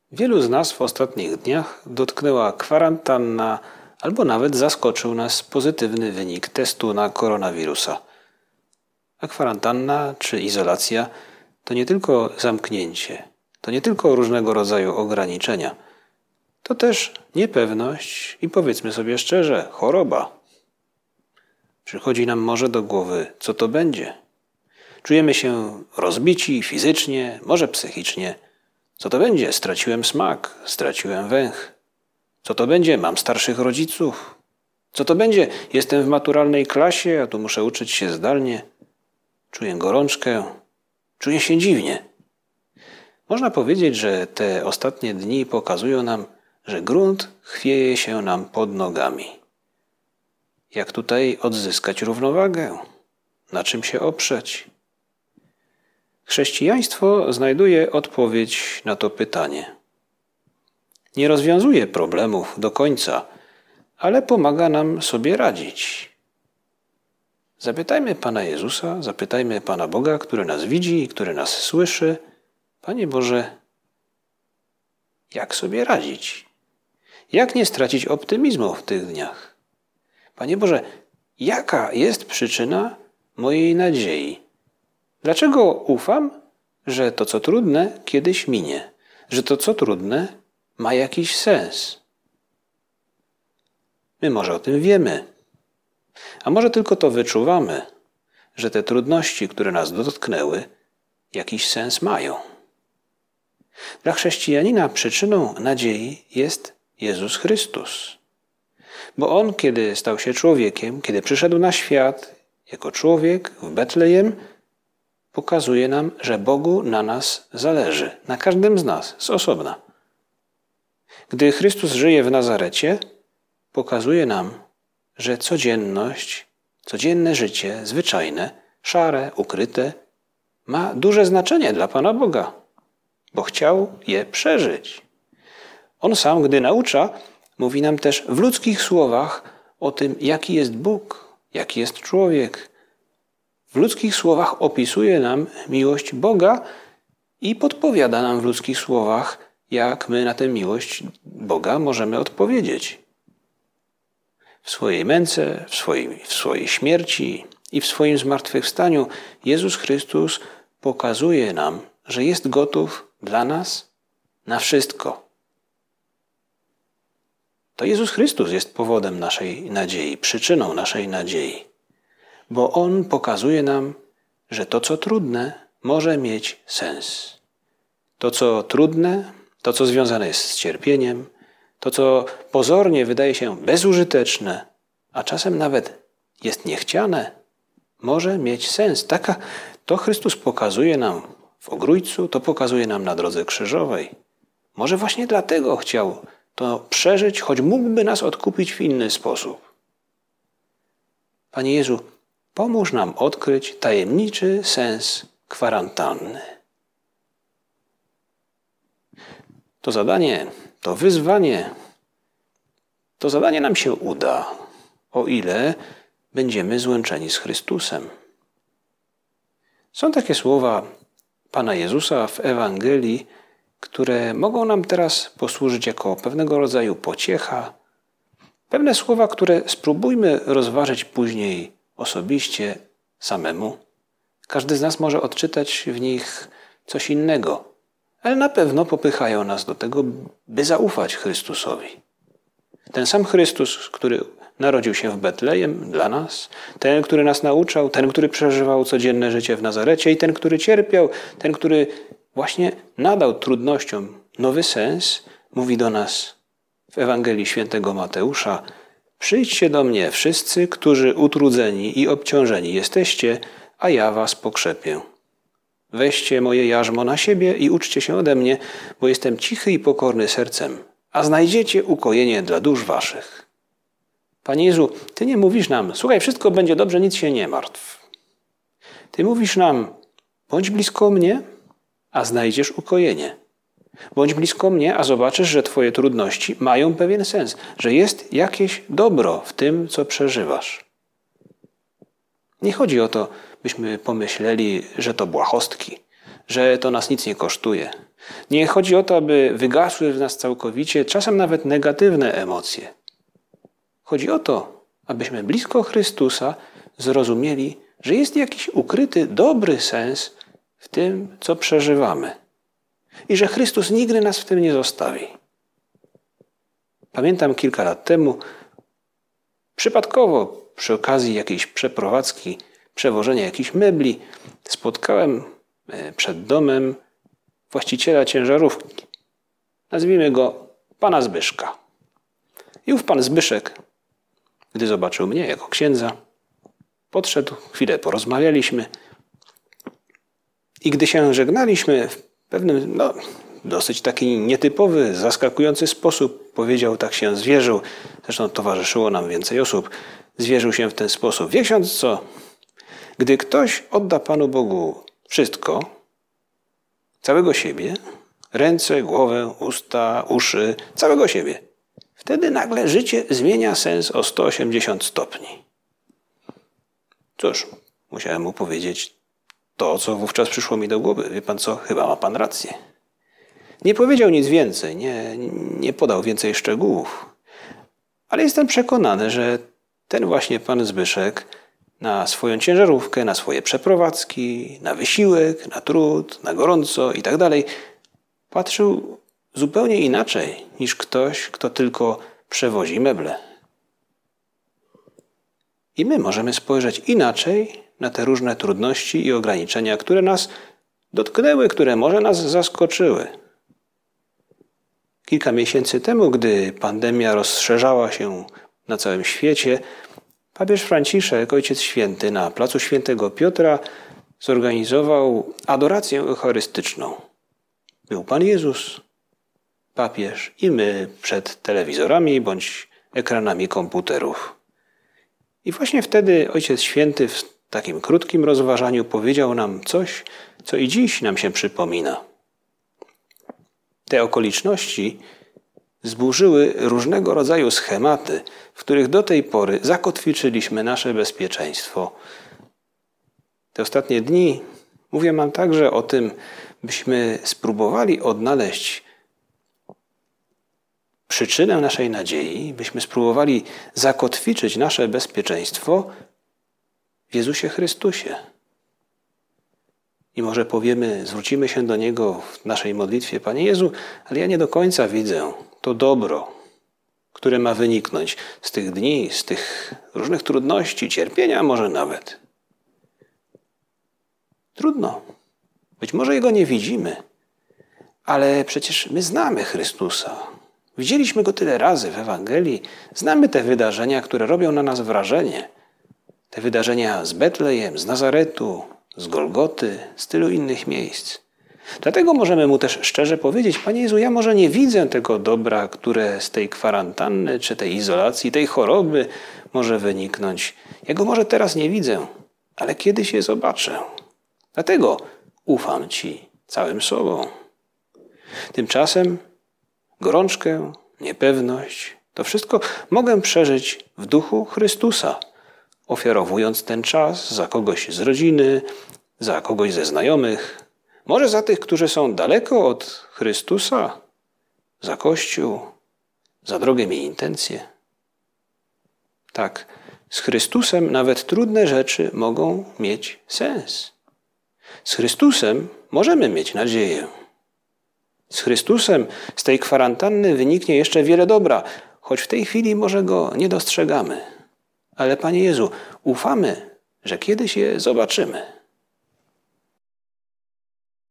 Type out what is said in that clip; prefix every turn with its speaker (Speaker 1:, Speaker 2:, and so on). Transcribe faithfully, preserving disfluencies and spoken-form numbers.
Speaker 1: Wielu z nas w ostatnich dniach dotknęła kwarantanna albo nawet zaskoczył nas pozytywny wynik testu na koronawirusa. A kwarantanna czy izolacja to nie tylko zamknięcie, to nie tylko różnego rodzaju ograniczenia. To też niepewność i, powiedzmy sobie szczerze, choroba. Przychodzi nam może do głowy, co to będzie. Czujemy się rozbici fizycznie, może psychicznie. Co to będzie? Straciłem smak, straciłem węch. Co to będzie? Mam starszych rodziców. Co to będzie? Jestem w maturalnej klasie, a tu muszę uczyć się zdalnie. Czuję gorączkę, czuję się dziwnie. Można powiedzieć, że te ostatnie dni pokazują nam, że grunt chwieje się nam pod nogami. Jak tutaj odzyskać równowagę? Na czym się oprzeć? Chrześcijaństwo znajduje odpowiedź na to pytanie. Nie rozwiązuje problemów do końca, ale pomaga nam sobie radzić. Zapytajmy Pana Jezusa, zapytajmy Pana Boga, który nas widzi i który nas słyszy. Panie Boże, jak sobie radzić? Jak nie stracić optymizmu w tych dniach? Panie Boże, jaka jest przyczyna mojej nadziei? Dlaczego ufam, że to, co trudne, kiedyś minie? Że to, co trudne, ma jakiś sens? My może o tym wiemy, a może tylko to wyczuwamy, że te trudności, które nas dotknęły, jakiś sens mają. Dla chrześcijanina przyczyną nadziei jest Jezus Chrystus. Bo On, kiedy stał się człowiekiem, kiedy przyszedł na świat jako człowiek w Betlejem, pokazuje nam, że Bogu na nas zależy, na każdym z nas, z osobna. Gdy Chrystus żyje w Nazarecie, pokazuje nam, że codzienność, codzienne życie, zwyczajne, szare, ukryte, ma duże znaczenie dla Pana Boga, bo chciał je przeżyć. On sam, gdy naucza, mówi nam też w ludzkich słowach o tym, jaki jest Bóg, jaki jest człowiek. W ludzkich słowach opisuje nam miłość Boga i podpowiada nam w ludzkich słowach, jak my na tę miłość Boga możemy odpowiedzieć. W swojej męce, w swojej, w swojej śmierci i w swoim zmartwychwstaniu Jezus Chrystus pokazuje nam, że jest gotów dla nas na wszystko. To Jezus Chrystus jest powodem naszej nadziei, przyczyną naszej nadziei. Bo On pokazuje nam, że to, co trudne, może mieć sens. To, co trudne, to, co związane jest z cierpieniem, to, co pozornie wydaje się bezużyteczne, a czasem nawet jest niechciane, może mieć sens. Taka, to Chrystus pokazuje nam w Ogrójcu, to pokazuje nam na drodze krzyżowej. Może właśnie dlatego chciał to przeżyć, choć mógłby nas odkupić w inny sposób. Panie Jezu, pomóż nam odkryć tajemniczy sens kwarantanny. To zadanie, to wyzwanie, to zadanie nam się uda, o ile będziemy złączeni z Chrystusem. Są takie słowa Pana Jezusa w Ewangelii, które mogą nam teraz posłużyć jako pewnego rodzaju pociecha. Pewne słowa, które spróbujmy rozważyć później osobiście, samemu. Każdy z nas może odczytać w nich coś innego, ale na pewno popychają nas do tego, by zaufać Chrystusowi. Ten sam Chrystus, który narodził się w Betlejem dla nas, ten, który nas nauczał, ten, który przeżywał codzienne życie w Nazarecie i ten, który cierpiał, ten, który właśnie nadał trudnościom nowy sens, mówi do nas w Ewangelii Świętego Mateusza: przyjdźcie do mnie wszyscy, którzy utrudzeni i obciążeni jesteście, a ja was pokrzepię. Weźcie moje jarzmo na siebie i uczcie się ode mnie, bo jestem cichy i pokorny sercem, a znajdziecie ukojenie dla dusz waszych. Panie Jezu, Ty nie mówisz nam: słuchaj, wszystko będzie dobrze, nic się nie martw. Ty mówisz nam: bądź blisko mnie, a znajdziesz ukojenie. Bądź blisko mnie, a zobaczysz, że Twoje trudności mają pewien sens, że jest jakieś dobro w tym, co przeżywasz. Nie chodzi o to, byśmy pomyśleli, że to błahostki, że to nas nic nie kosztuje, Nie chodzi o to, aby wygasły w nas całkowicie, czasem nawet negatywne emocje. Chodzi o to, abyśmy blisko Chrystusa zrozumieli, że jest jakiś ukryty, dobry sens w tym, co przeżywamy. I że Chrystus nigdy nas w tym nie zostawi. Pamiętam kilka lat temu, przypadkowo przy okazji jakiejś przeprowadzki, przewożenia jakichś mebli, spotkałem przed domem właściciela ciężarówki. Nazwijmy go pana Zbyszka. I ów pan Zbyszek, gdy zobaczył mnie jako księdza, podszedł, chwilę porozmawialiśmy i gdy się żegnaliśmy w pewnym, no, dosyć taki nietypowy, zaskakujący sposób, powiedział, tak się zwierzył, zresztą towarzyszyło nam więcej osób, zwierzył się w ten sposób. Wie ksiądz co? Gdy ktoś odda Panu Bogu wszystko, całego siebie, ręce, głowę, usta, uszy, całego siebie, wtedy nagle życie zmienia sens o sto osiemdziesiąt stopni. Cóż, musiałem mu powiedzieć to, co wówczas przyszło mi do głowy. Wie pan co? Chyba ma pan rację. Nie powiedział nic więcej, nie, nie podał więcej szczegółów. Ale jestem przekonany, że ten właśnie pan Zbyszek na swoją ciężarówkę, na swoje przeprowadzki, na wysiłek, na trud, na gorąco i tak dalej patrzył zupełnie inaczej niż ktoś, kto tylko przewozi meble. I my możemy spojrzeć inaczej na te różne trudności i ograniczenia, które nas dotknęły, które może nas zaskoczyły. Kilka miesięcy temu, gdy pandemia rozszerzała się na całym świecie, papież Franciszek, Ojciec Święty, na placu Świętego Piotra zorganizował adorację eucharystyczną. Był Pan Jezus, papież i my przed telewizorami bądź ekranami komputerów. I właśnie wtedy Ojciec Święty w takim krótkim rozważaniu powiedział nam coś, co i dziś nam się przypomina. Te okoliczności zburzyły różnego rodzaju schematy, w których do tej pory zakotwiczyliśmy nasze bezpieczeństwo. Te ostatnie dni mówię nam także o tym, byśmy spróbowali odnaleźć przyczynę naszej nadziei, byśmy spróbowali zakotwiczyć nasze bezpieczeństwo w Jezusie Chrystusie. I może powiemy, zwrócimy się do Niego w naszej modlitwie: Panie Jezu, ale ja nie do końca widzę to dobro, które ma wyniknąć z tych dni, z tych różnych trudności, cierpienia może nawet. Trudno. Być może Jego nie widzimy, ale przecież my znamy Chrystusa. Widzieliśmy Go tyle razy w Ewangelii. Znamy te wydarzenia, które robią na nas wrażenie. Te wydarzenia z Betlejem, z Nazaretu, z Golgoty, z tylu innych miejsc. Dlatego możemy Mu też szczerze powiedzieć: Panie Jezu, ja może nie widzę tego dobra, które z tej kwarantanny, czy tej izolacji, tej choroby może wyniknąć. Ja go może teraz nie widzę, ale kiedyś je zobaczę. Dlatego ufam Ci całym sobą. Tymczasem gorączkę, niepewność, to wszystko mogę przeżyć w duchu Chrystusa, ofiarowując ten czas za kogoś z rodziny, za kogoś ze znajomych, może za tych, którzy są daleko od Chrystusa, za Kościół, za drogę mi intencje. Tak, z Chrystusem nawet trudne rzeczy mogą mieć sens. Z Chrystusem możemy mieć nadzieję. Z Chrystusem z tej kwarantanny wyniknie jeszcze wiele dobra, choć w tej chwili może go nie dostrzegamy. Ale Panie Jezu, ufamy, że kiedyś je zobaczymy.